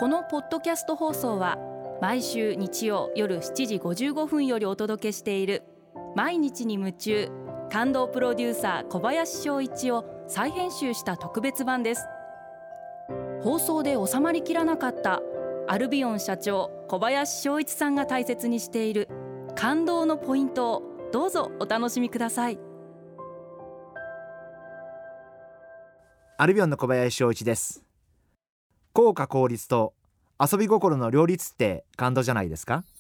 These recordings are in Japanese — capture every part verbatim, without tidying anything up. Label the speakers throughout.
Speaker 1: このポッドキャスト放送は毎週日曜夜しちじごじゅうごふんよりお届けしている毎日に夢中感動プロデューサー小林翔一を再編集した特別版です。放送で収まりきらなかったアルビオン社長小林翔一さんが大切にしている感動のポイントをどうぞお楽しみください。
Speaker 2: アルビオンの小林翔一です。効果効率と遊び心の両立って感動じゃないですか。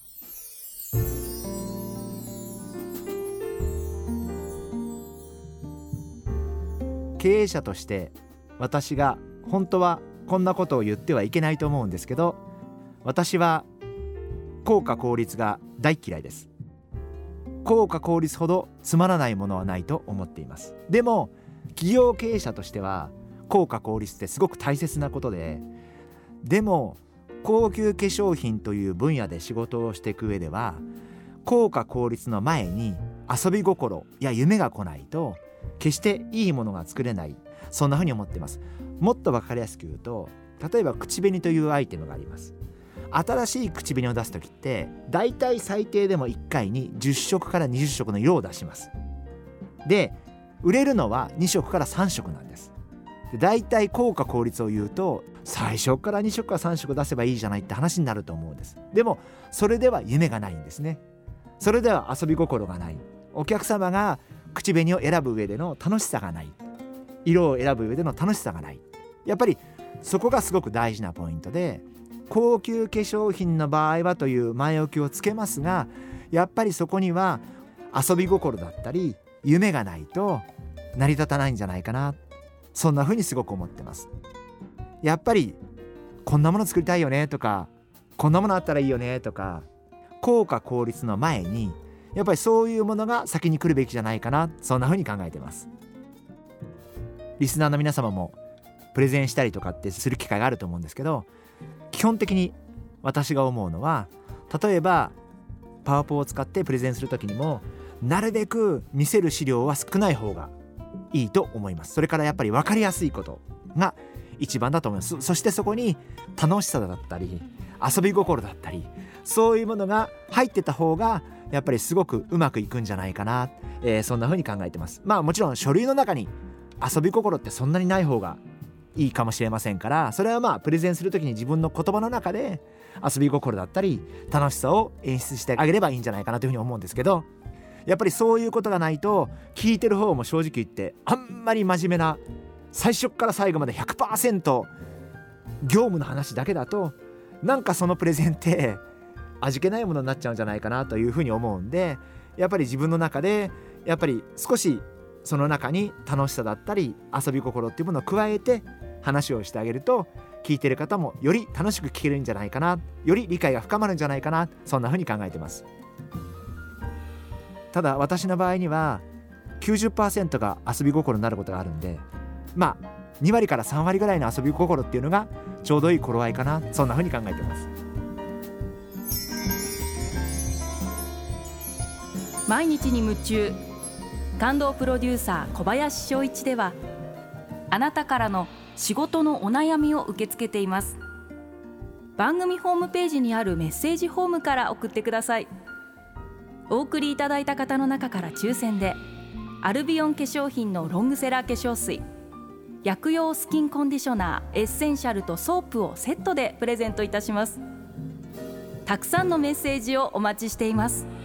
Speaker 2: 経営者として私が本当はこんなことを言ってはいけないと思うんですけど、私は効果効率が大嫌いです。効果効率ほどつまらないものはないと思っています。でも企業経営者としては効果効率ってすごく大切なことで、でも高級化粧品という分野で仕事をしていく上では効果効率の前に遊び心や夢が来ないと決していいものが作れない、そんなふうに思っています。もっと分かりやすく言うと、例えば口紅というアイテムがあります。新しい口紅を出すときってだいたい最低でもいっかいにじゅっしょくからにじゅっしょくの色を出します。で売れるのはにしょくからさんしょくなんです。でだいたい効果効率を言うと最初からにしょくからさんしょく出せばいいじゃないって話になると思うんです。でもそれでは夢がないんですね。それでは遊び心がない、お客様が口紅を選ぶ上での楽しさがない、色を選ぶ上での楽しさがない。やっぱりそこがすごく大事なポイントで、高級化粧品の場合はという前置きをつけますが、やっぱりそこには遊び心だったり夢がないと成り立たないんじゃないかな、そんな風にすごく思ってます。やっぱりこんなもの作りたいよねとか、こんなものあったらいいよねとか、効果効率の前にやっぱりそういうものが先に来るべきじゃないかな、そんな風に考えてます。リスナーの皆様もプレゼンしたりとかってする機会があると思うんですけど、基本的に私が思うのは、例えばパワポを使ってプレゼンするときにもなるべく見せる資料は少ない方がいいと思います。それからやっぱり分かりやすいことが一番だと思います。 そ, そしてそこに楽しさだったり遊び心だったり、そういうものが入ってた方がやっぱりすごくうまくいくんじゃないかな、えー、そんな風に考えてます。まあもちろん書類の中に遊び心ってそんなにない方がいいかもしれませんから、それはまあプレゼンするときに自分の言葉の中で遊び心だったり楽しさを演出してあげればいいんじゃないかなというふうに思うんですけど、やっぱりそういうことがないと聞いてる方も正直言ってあんまり真面目な最初から最後まで ひゃくパーセント 業務の話だけだと、なんかそのプレゼンって味気ないものになっちゃうんじゃないかなというふうに思うんで、やっぱり自分の中でやっぱり少しその中に楽しさだったり遊び心っていうものを加えて話をしてあげると、聞いてる方もより楽しく聞けるんじゃないかな、より理解が深まるんじゃないかな、そんなふうに考えてます。ただ私の場合には きゅうじゅっパーセント が遊び心になることがあるんで、まあにわりからさんわりぐらいの遊び心っていうのがちょうどいい頃合いかな、そんなふうに考えてます。
Speaker 1: 毎日に夢中感動プロデューサー小林翔一では、あなたからの仕事のお悩みを受け付けています。番組ホームページにあるメッセージフォームから送ってください。お送りいただいた方の中から抽選でアルビオン化粧品のロングセラー化粧水、薬用スキンコンディショナーエッセンシャルとソープをセットでプレゼントいたします。たくさんのメッセージをお待ちしています。